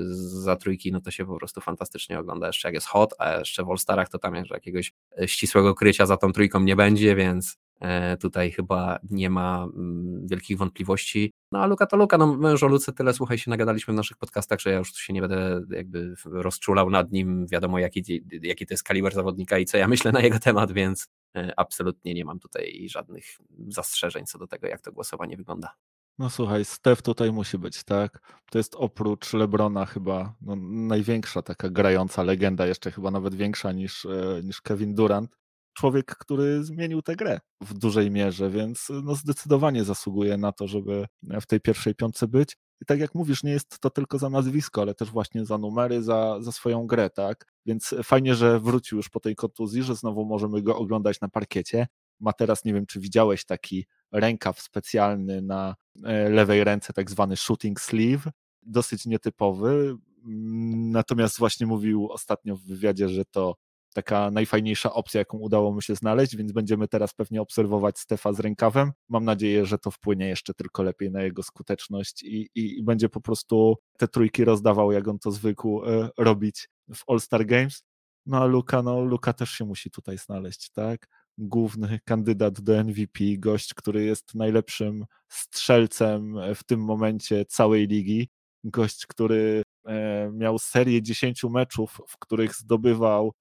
za trójki, no to się po prostu fantastycznie ogląda, jeszcze jak jest hot, a jeszcze w All-Starach to tam jeszcze jakiegoś ścisłego krycia za tą trójką nie będzie, więc tutaj chyba nie ma wielkich wątpliwości. No a Luka to Luka, no my już o Luce tyle, słuchaj, się nagadaliśmy w naszych podcastach, że ja już tu się nie będę jakby rozczulał nad nim, wiadomo jaki to jest kaliber zawodnika i co ja myślę na jego temat, więc absolutnie nie mam tutaj żadnych zastrzeżeń co do tego, jak to głosowanie wygląda. No słuchaj, Steph tutaj musi być, tak? To jest oprócz LeBrona chyba największa taka grająca legenda, jeszcze chyba nawet większa niż Kevin Durant. Człowiek, który zmienił tę grę w dużej mierze, więc zdecydowanie zasługuje na to, żeby w tej pierwszej piątce być. I tak jak mówisz, nie jest to tylko za nazwisko, ale też właśnie za numery, za swoją grę, tak? Więc fajnie, że wrócił już po tej kontuzji, że znowu możemy go oglądać na parkiecie. Ma teraz, nie wiem, czy widziałeś taki rękaw specjalny na lewej ręce, tak zwany shooting sleeve, dosyć nietypowy, natomiast właśnie mówił ostatnio w wywiadzie, że to taka najfajniejsza opcja, jaką udało mu się znaleźć, więc będziemy teraz pewnie obserwować Stefa z rękawem. Mam nadzieję, że to wpłynie jeszcze tylko lepiej na jego skuteczność i będzie po prostu te trójki rozdawał, jak on to zwykł robić w All-Star Games. No a Luka też się musi tutaj znaleźć, tak? Główny kandydat do MVP, gość, który jest najlepszym strzelcem w tym momencie całej ligi, gość, który miał serię 10 meczów, w których zdobywał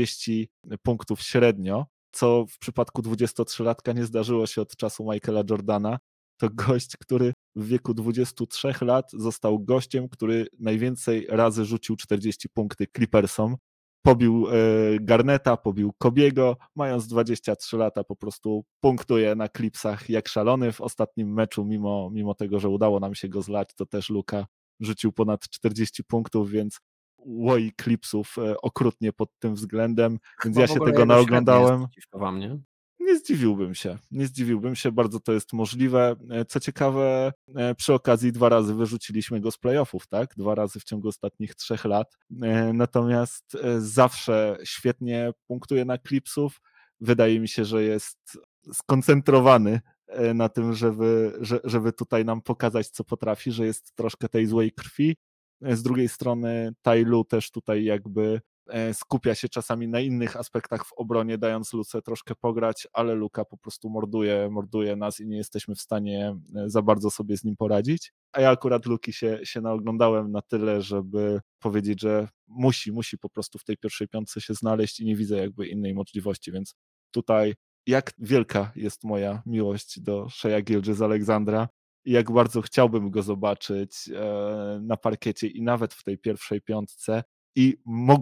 40 punktów średnio, co w przypadku 23-latka nie zdarzyło się od czasu Michaela Jordana. To gość, który w wieku 23 lat został gościem, który najwięcej razy rzucił 40 punkty Clippersom. Pobił Garneta, pobił Kobiego, mając 23 lata po prostu punktuje na Clipsach jak szalony. W ostatnim meczu, mimo tego, że udało nam się go zlać, to też Luka rzucił ponad 40 punktów, więc łoi Clipsów okrutnie pod tym względem, więc Chyba ja w się ogóle tego jego średnia jest naoglądałem. przeciwko wam, nie? Nie zdziwiłbym się, bardzo to jest możliwe. Co ciekawe, przy okazji 2 razy wyrzuciliśmy go z playoffów, tak? 2 razy w ciągu ostatnich 3 lat. Natomiast zawsze świetnie punktuje na Clipsów. Wydaje mi się, że jest skoncentrowany na tym, żeby tutaj nam pokazać, co potrafi, że jest troszkę tej złej krwi. Z drugiej strony Ty Lue też tutaj jakby skupia się czasami na innych aspektach w obronie, dając Luce troszkę pograć, ale Luka po prostu morduje nas i nie jesteśmy w stanie za bardzo sobie z nim poradzić. A ja akurat Luki się naoglądałem na tyle, żeby powiedzieć, że musi po prostu w tej pierwszej piątce się znaleźć i nie widzę jakby innej możliwości, więc tutaj jak wielka jest moja miłość do Shea Gilgeous-Alexandra i jak bardzo chciałbym go zobaczyć na parkiecie i nawet w tej pierwszej piątce, i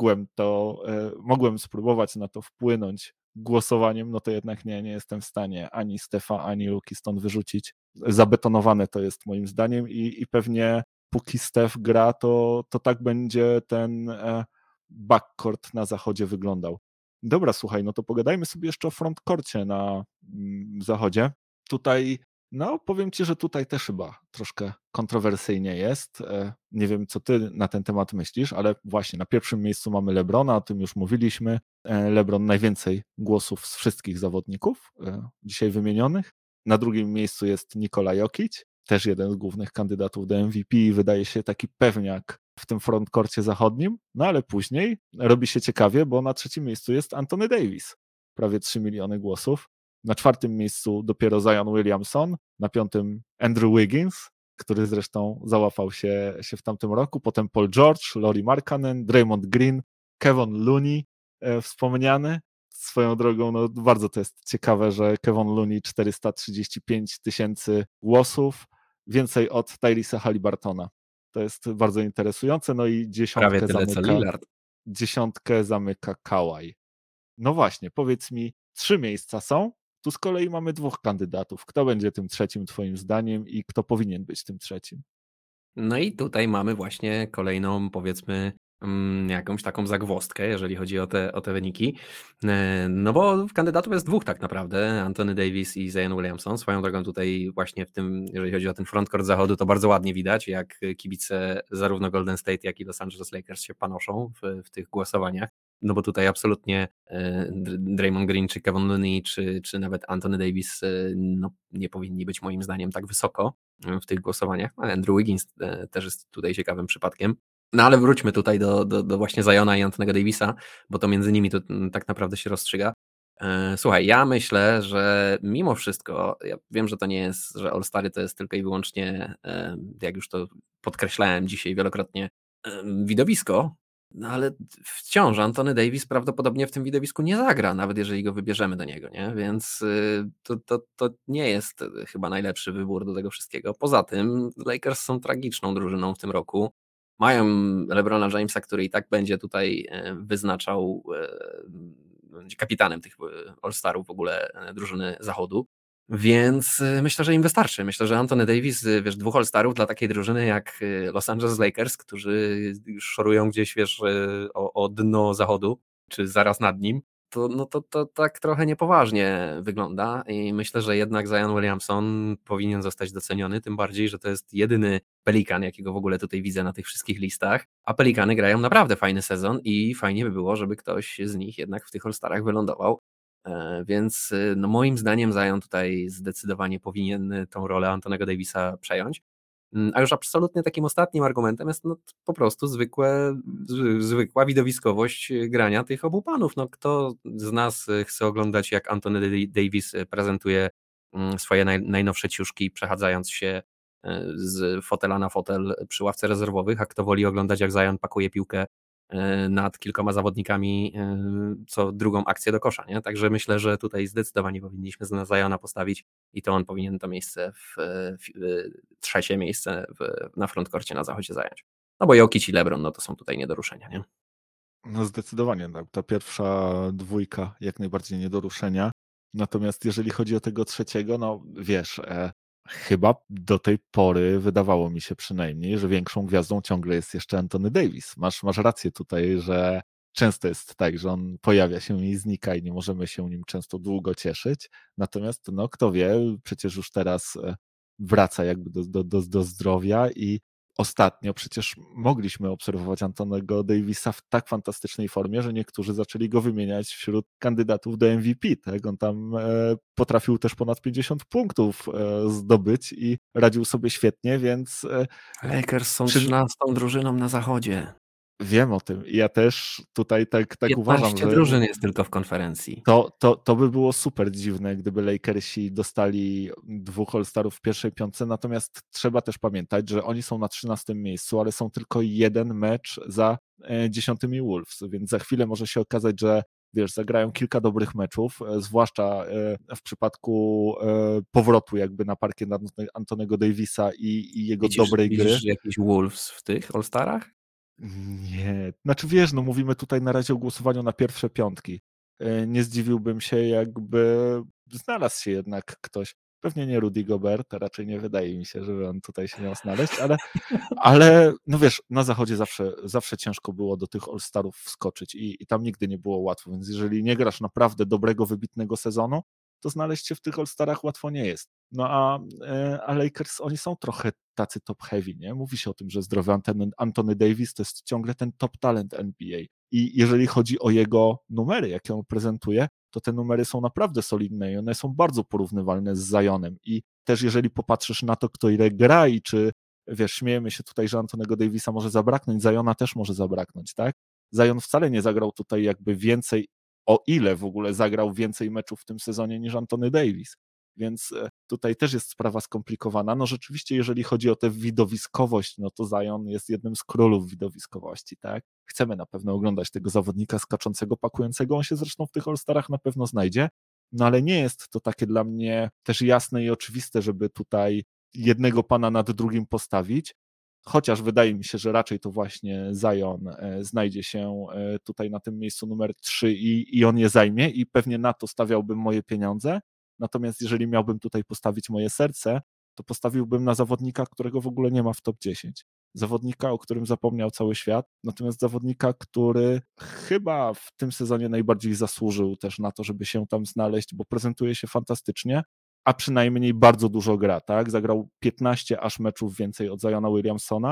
mogłem spróbować na to wpłynąć głosowaniem, no to jednak nie jestem w stanie ani Stefa, ani Luki stąd wyrzucić. Zabetonowane to jest moim zdaniem i pewnie póki Stef gra, to tak będzie ten backcourt na zachodzie wyglądał. Dobra, słuchaj, no to pogadajmy sobie jeszcze o frontcourcie na zachodzie. Tutaj powiem ci, że tutaj też chyba troszkę kontrowersyjnie jest. Nie wiem, co ty na ten temat myślisz, ale właśnie na pierwszym miejscu mamy LeBrona, o tym już mówiliśmy. LeBron najwięcej głosów z wszystkich zawodników dzisiaj wymienionych. Na drugim miejscu jest Nikola Jokic, też jeden z głównych kandydatów do MVP i wydaje się taki pewniak w tym frontkorcie zachodnim, no ale później robi się ciekawie, bo na trzecim miejscu jest Anthony Davis, prawie 3 miliony głosów. Na czwartym miejscu dopiero Zion Williamson, na piątym Andrew Wiggins, który zresztą załapał się w tamtym roku, potem Paul George, Lauri Markkanen, Draymond Green, Kevon Looney wspomniany. Swoją drogą, no bardzo to jest ciekawe, że Kevon Looney 435 000 głosów, więcej od Tyresa Haliburtona. To jest bardzo interesujące, no i Prawie tyle co Lillard. dziesiątkę zamyka Kawhi. No właśnie, powiedz mi, 3 miejsca są, tu z kolei mamy 2 kandydatów. Kto będzie tym trzecim twoim zdaniem i kto powinien być tym trzecim? No i tutaj mamy właśnie kolejną, powiedzmy, jakąś taką zagwozdkę, jeżeli chodzi o te wyniki. No bo kandydatów jest 2 tak naprawdę, Anthony Davis i Zion Williamson. Swoją drogą tutaj właśnie w tym, jeżeli chodzi o ten frontcourt zachodu, to bardzo ładnie widać, jak kibice zarówno Golden State, jak i Los Angeles Lakers się panoszą w tych głosowaniach. no bo tutaj absolutnie Draymond Green, czy Kevin Looney, czy nawet Anthony Davis no, nie powinni być moim zdaniem tak wysoko w tych głosowaniach. Andrew Wiggins też jest tutaj ciekawym przypadkiem. No ale wróćmy tutaj do właśnie Ziona i Antonego Davisa, bo to między nimi to tak naprawdę się rozstrzyga. Słuchaj, ja myślę, że mimo wszystko, ja wiem, że to nie jest, że All-Stary to jest tylko i wyłącznie, jak już to podkreślałem dzisiaj wielokrotnie, widowisko, no ale wciąż Anthony Davis prawdopodobnie w tym widowisku nie zagra, nawet jeżeli go wybierzemy do niego, nie? Więc to nie jest chyba najlepszy wybór do tego wszystkiego. Poza tym Lakers są tragiczną drużyną w tym roku. Mają LeBrona Jamesa, który i tak będzie tutaj wyznaczał, będzie kapitanem tych All-Starów w ogóle drużyny Zachodu. Więc myślę, że im wystarczy. Myślę, że Anthony Davis, wiesz, 2 All-Starów dla takiej drużyny jak Los Angeles Lakers, którzy już szorują gdzieś, wiesz, o dno Zachodu, czy zaraz nad nim, to tak trochę niepoważnie wygląda i myślę, że jednak Zion Williamson powinien zostać doceniony, tym bardziej, że to jest jedyny Pelikan, jakiego w ogóle tutaj widzę na tych wszystkich listach, a Pelikany grają naprawdę fajny sezon i fajnie by było, żeby ktoś z nich jednak w tych All-Starach wylądował. Więc no moim zdaniem Zion tutaj zdecydowanie powinien tą rolę Antonego Davisa przejąć. A już absolutnie takim ostatnim argumentem jest no po prostu zwykła widowiskowość grania tych obu panów. No, kto z nas chce oglądać, jak Anthony Davis prezentuje swoje najnowsze ciuszki, przechadzając się z fotela na fotel przy ławce rezerwowych, a kto woli oglądać, jak Zion pakuje piłkę nad kilkoma zawodnikami co drugą akcję do kosza, nie? Także myślę, że tutaj zdecydowanie powinniśmy na Ziona postawić i to on powinien to miejsce trzecie miejsce na frontkorcie na zachodzie zająć. No bo Jokic i LeBron, no to są tutaj nie do ruszenia, nie? No zdecydowanie, tak. Ta pierwsza dwójka jak najbardziej nie do ruszenia. Natomiast jeżeli chodzi o tego trzeciego, no wiesz, chyba do tej pory wydawało mi się przynajmniej, że większą gwiazdą ciągle jest jeszcze Anthony Davis. Masz rację tutaj, że często jest tak, że on pojawia się i znika i nie możemy się nim często długo cieszyć. Natomiast, no kto wie, przecież już teraz wraca jakby do zdrowia i ostatnio przecież mogliśmy obserwować Antonego Davisa w tak fantastycznej formie, że niektórzy zaczęli go wymieniać wśród kandydatów do MVP. Tak? On tam potrafił też ponad 50 punktów zdobyć i radził sobie świetnie, więc... Lakers są 13. drużyną na zachodzie. Wiem o tym. Ja też tutaj tak uważam, że... 15 drużyn jest tylko w konferencji. To by było super dziwne, gdyby Lakersi dostali 2 All-Starów w pierwszej piątce, natomiast trzeba też pamiętać, że oni są na 13 miejscu, ale są tylko jeden mecz za 10 Wolves, więc za chwilę może się okazać, że wiesz, zagrają kilka dobrych meczów, zwłaszcza w przypadku powrotu jakby na parkiet Antonego Davisa i jego dobrej gry. Widzisz jakiś Wolves w tych All-Starach? Nie, znaczy wiesz, no mówimy tutaj na razie o głosowaniu na pierwsze piątki. Nie zdziwiłbym się, jakby znalazł się jednak ktoś, pewnie nie Rudy Gobert, raczej nie wydaje mi się, żeby on tutaj się miał znaleźć, ale no wiesz, na zachodzie zawsze ciężko było do tych All-Starów wskoczyć i tam nigdy nie było łatwo, więc jeżeli nie grasz naprawdę dobrego, wybitnego sezonu, to znaleźć się w tych All-Starach łatwo nie jest. No a Lakers, oni są trochę tacy top heavy, nie? Mówi się o tym, że zdrowy Anthony Davis to jest ciągle ten top talent NBA. I jeżeli chodzi o jego numery, jakie on prezentuje, to te numery są naprawdę solidne i one są bardzo porównywalne z Zionem. I też jeżeli popatrzysz na to, kto ile gra i czy, wiesz, śmiejemy się tutaj, że Antonego Davisa może zabraknąć, Ziona też może zabraknąć, tak? Zion wcale nie zagrał tutaj jakby więcej, o ile w ogóle zagrał więcej meczów w tym sezonie niż Anthony Davis. Więc tutaj też jest sprawa skomplikowana. No rzeczywiście, jeżeli chodzi o tę widowiskowość, no to Zion jest jednym z królów widowiskowości, tak? Chcemy na pewno oglądać tego zawodnika skaczącego, pakującego, on się zresztą w tych All-Starach na pewno znajdzie, no ale nie jest to takie dla mnie też jasne i oczywiste, żeby tutaj jednego pana nad drugim postawić, chociaż wydaje mi się, że raczej to właśnie Zion znajdzie się tutaj na tym miejscu numer 3 i on je zajmie i pewnie na to stawiałbym moje pieniądze. Natomiast jeżeli miałbym tutaj postawić moje serce, to postawiłbym na zawodnika, którego w ogóle nie ma w top 10. Zawodnika, o którym zapomniał cały świat, natomiast zawodnika, który chyba w tym sezonie najbardziej zasłużył też na to, żeby się tam znaleźć, bo prezentuje się fantastycznie, a przynajmniej bardzo dużo gra, tak? Zagrał 15 aż meczów więcej od Ziona Williamsona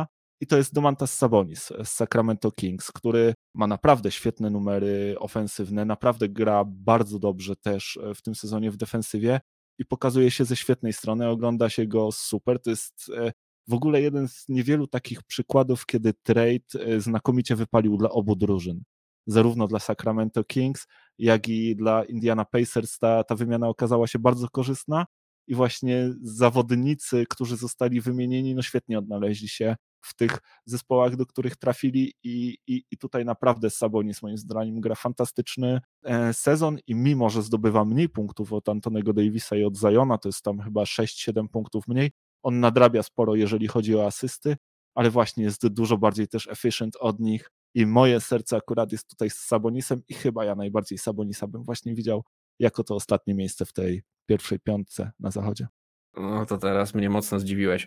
i to jest Domantas Sabonis z Sacramento Kings, który ma naprawdę świetne numery ofensywne, naprawdę gra bardzo dobrze też w tym sezonie w defensywie i pokazuje się ze świetnej strony, ogląda się go super. To jest w ogóle jeden z niewielu takich przykładów, kiedy trade znakomicie wypalił dla obu drużyn. Zarówno dla Sacramento Kings, jak i dla Indiana Pacers ta wymiana okazała się bardzo korzystna i właśnie zawodnicy, którzy zostali wymienieni, no świetnie odnaleźli się w tych zespołach, do których trafili i tutaj naprawdę Sabonis moim zdaniem gra fantastyczny sezon i mimo, że zdobywa mniej punktów od Antonego Davisa i od Ziona, to jest tam chyba 6-7 punktów mniej, on nadrabia sporo, jeżeli chodzi o asysty, ale właśnie jest dużo bardziej też efficient od nich i moje serce akurat jest tutaj z Sabonisem i chyba ja najbardziej Sabonisa bym właśnie widział jako to ostatnie miejsce w tej pierwszej piątce na zachodzie. No to teraz mnie mocno zdziwiłeś.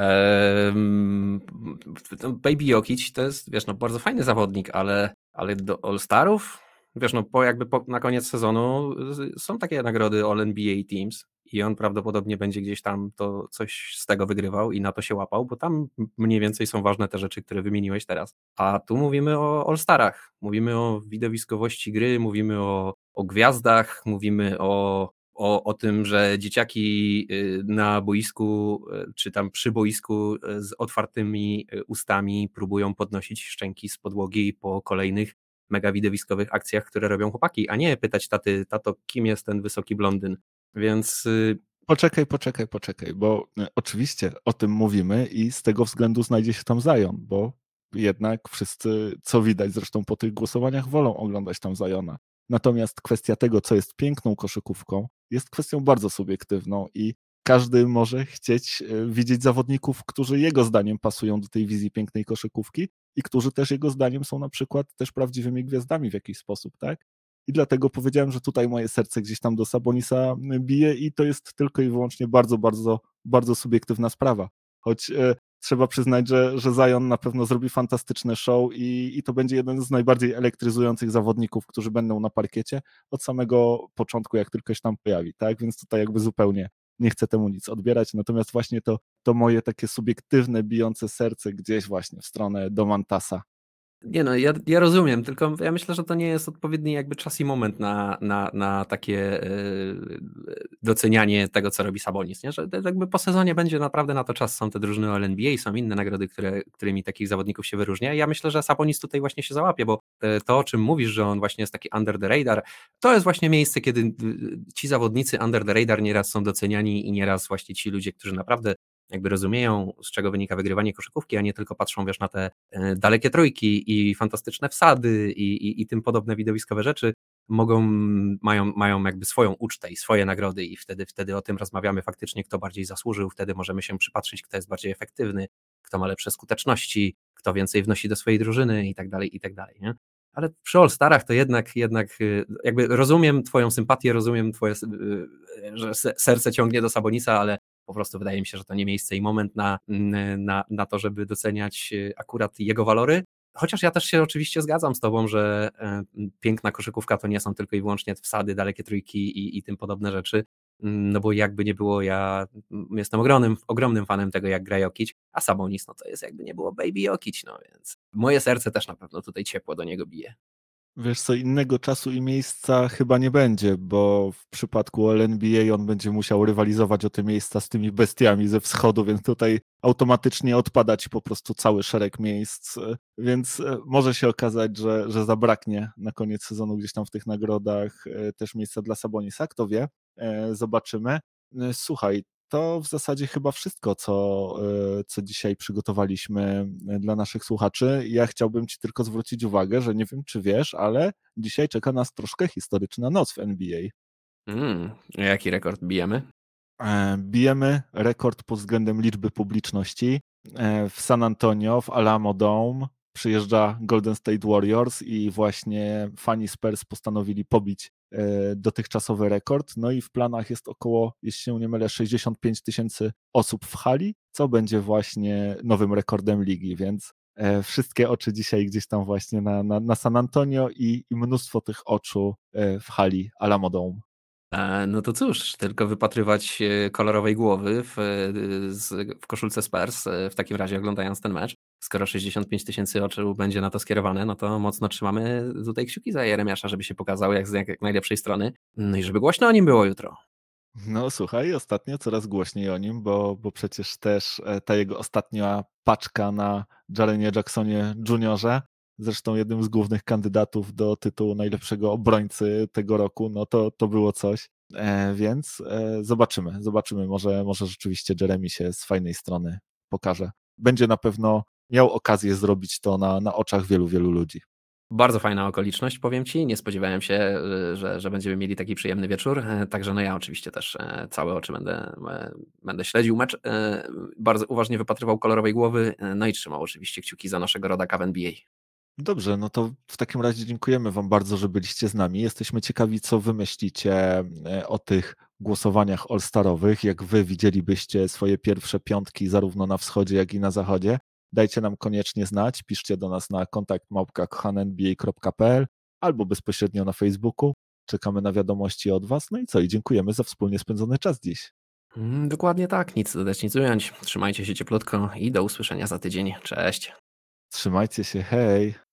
Baby Jokic to jest, wiesz, no bardzo fajny zawodnik, ale do All-Starów, wiesz, no na koniec sezonu są takie nagrody All-NBA Teams i on prawdopodobnie będzie gdzieś tam to coś z tego wygrywał i na to się łapał, bo tam mniej więcej są ważne te rzeczy, które wymieniłeś teraz. A tu mówimy o All-Starach, mówimy o widowiskowości gry, mówimy o gwiazdach, mówimy o tym, że dzieciaki na boisku czy tam przy boisku z otwartymi ustami próbują podnosić szczęki z podłogi po kolejnych mega widowiskowych akcjach, które robią chłopaki, a nie pytać taty, tato, kim jest ten wysoki blondyn. Więc Poczekaj, bo oczywiście o tym mówimy i z tego względu znajdzie się tam Zion, bo jednak wszyscy, co widać zresztą po tych głosowaniach, wolą oglądać tam Ziona. Natomiast kwestia tego, co jest piękną koszykówką, jest kwestią bardzo subiektywną i każdy może chcieć widzieć zawodników, którzy jego zdaniem pasują do tej wizji pięknej koszykówki i którzy też jego zdaniem są na przykład też prawdziwymi gwiazdami w jakiś sposób, tak? I dlatego powiedziałem, że tutaj moje serce gdzieś tam do Sabonisa bije i to jest tylko i wyłącznie bardzo, bardzo, bardzo subiektywna sprawa. Choć trzeba przyznać, że Zion na pewno zrobi fantastyczne show i to będzie jeden z najbardziej elektryzujących zawodników, którzy będą na parkiecie od samego początku, jak tylko się tam pojawi, tak? Więc tutaj jakby zupełnie nie chcę temu nic odbierać, natomiast właśnie to moje takie subiektywne, bijące serce gdzieś właśnie w stronę Domantasa. nie no, ja rozumiem, tylko ja myślę, że to nie jest odpowiedni jakby czas i moment na takie docenianie tego, co robi Sabonis, nie? Że jakby po sezonie będzie naprawdę na to czas, są te drużyny NBA, są inne nagrody, którymi takich zawodników się wyróżnia. Ja myślę, że Sabonis tutaj właśnie się załapie, bo to, o czym mówisz, że on właśnie jest taki under the radar, to jest właśnie miejsce, kiedy ci zawodnicy under the radar nieraz są doceniani i nieraz właśnie ci ludzie, którzy naprawdę jakby rozumieją, z czego wynika wygrywanie koszykówki, a nie tylko patrzą, wiesz, na te dalekie trójki i fantastyczne wsady i tym podobne widowiskowe rzeczy, mają jakby swoją ucztę i swoje nagrody i wtedy o tym rozmawiamy faktycznie, kto bardziej zasłużył, wtedy możemy się przypatrzyć, kto jest bardziej efektywny, kto ma lepsze skuteczności, kto więcej wnosi do swojej drużyny i tak dalej, nie? Ale przy All-Starach to jednak jakby rozumiem twoją sympatię, rozumiem twoje, że serce ciągnie do Sabonisa, ale po prostu wydaje mi się, że to nie miejsce i moment na to, żeby doceniać akurat jego walory. Chociaż ja też się oczywiście zgadzam z tobą, że piękna koszykówka to nie są tylko i wyłącznie wsady, dalekie trójki i tym podobne rzeczy. No bo jakby nie było, ja jestem ogromnym fanem tego, jak gra Jokic, a Sabonis, no to jest jakby nie było Baby Jokic, no więc moje serce też na pewno tutaj ciepło do niego bije. Wiesz co, innego czasu i miejsca chyba nie będzie, bo w przypadku LNBA on będzie musiał rywalizować o te miejsca z tymi bestiami ze wschodu, więc tutaj automatycznie odpada ci po prostu cały szereg miejsc, więc może się okazać, że zabraknie na koniec sezonu gdzieś tam w tych nagrodach też miejsca dla Sabonisa, kto wie, zobaczymy. Słuchaj, to w zasadzie chyba wszystko, co dzisiaj przygotowaliśmy dla naszych słuchaczy. Ja chciałbym Ci tylko zwrócić uwagę, że nie wiem, czy wiesz, ale dzisiaj czeka nas troszkę historyczna noc w NBA. Jaki rekord bijemy? Bijemy rekord pod względem liczby publiczności. W San Antonio, w Alamo Dome przyjeżdża Golden State Warriors i właśnie fani Spurs postanowili pobić dotychczasowy rekord. No i w planach jest około, jeśli się nie mylę, 65 000 osób w hali, co będzie właśnie nowym rekordem ligi, więc wszystkie oczy dzisiaj gdzieś tam właśnie na San Antonio i mnóstwo tych oczu w hali Alamo Dome. No to cóż, tylko wypatrywać kolorowej głowy w koszulce Spurs, w takim razie oglądając ten mecz. skoro 65 000 oczu będzie na to skierowane, no to mocno trzymamy tutaj kciuki za Jeremiasza, żeby się pokazał jak najlepszej strony, no i żeby głośno o nim było jutro. No słuchaj, ostatnio coraz głośniej o nim, bo przecież też ta jego ostatnia paczka na Jarenie Jacksonie Juniorze, zresztą jednym z głównych kandydatów do tytułu najlepszego obrońcy tego roku, no to było coś. Więc zobaczymy, może rzeczywiście Jeremy się z fajnej strony pokaże. Będzie na pewno miał okazję zrobić to na oczach wielu, wielu ludzi. Bardzo fajna okoliczność, powiem Ci. Nie spodziewałem się, że będziemy mieli taki przyjemny wieczór. Także no ja oczywiście też całe oczy będę śledził mecz. Bardzo uważnie wypatrywał kolorowej głowy. No i trzymał oczywiście kciuki za naszego rodaka w NBA. Dobrze, no to w takim razie dziękujemy Wam bardzo, że byliście z nami. Jesteśmy ciekawi, co Wy myślicie o tych głosowaniach all-starowych, jak Wy widzielibyście swoje pierwsze piątki zarówno na wschodzie, jak i na zachodzie. Dajcie nam koniecznie znać, piszcie do nas na kontakt@kochanNBA.pl albo bezpośrednio na Facebooku. Czekamy na wiadomości od Was. No i co? I dziękujemy za wspólnie spędzony czas dziś. Dokładnie tak, nic dodać, nic ująć. Trzymajcie się cieplutko i do usłyszenia za tydzień. Cześć. Trzymajcie się, hej!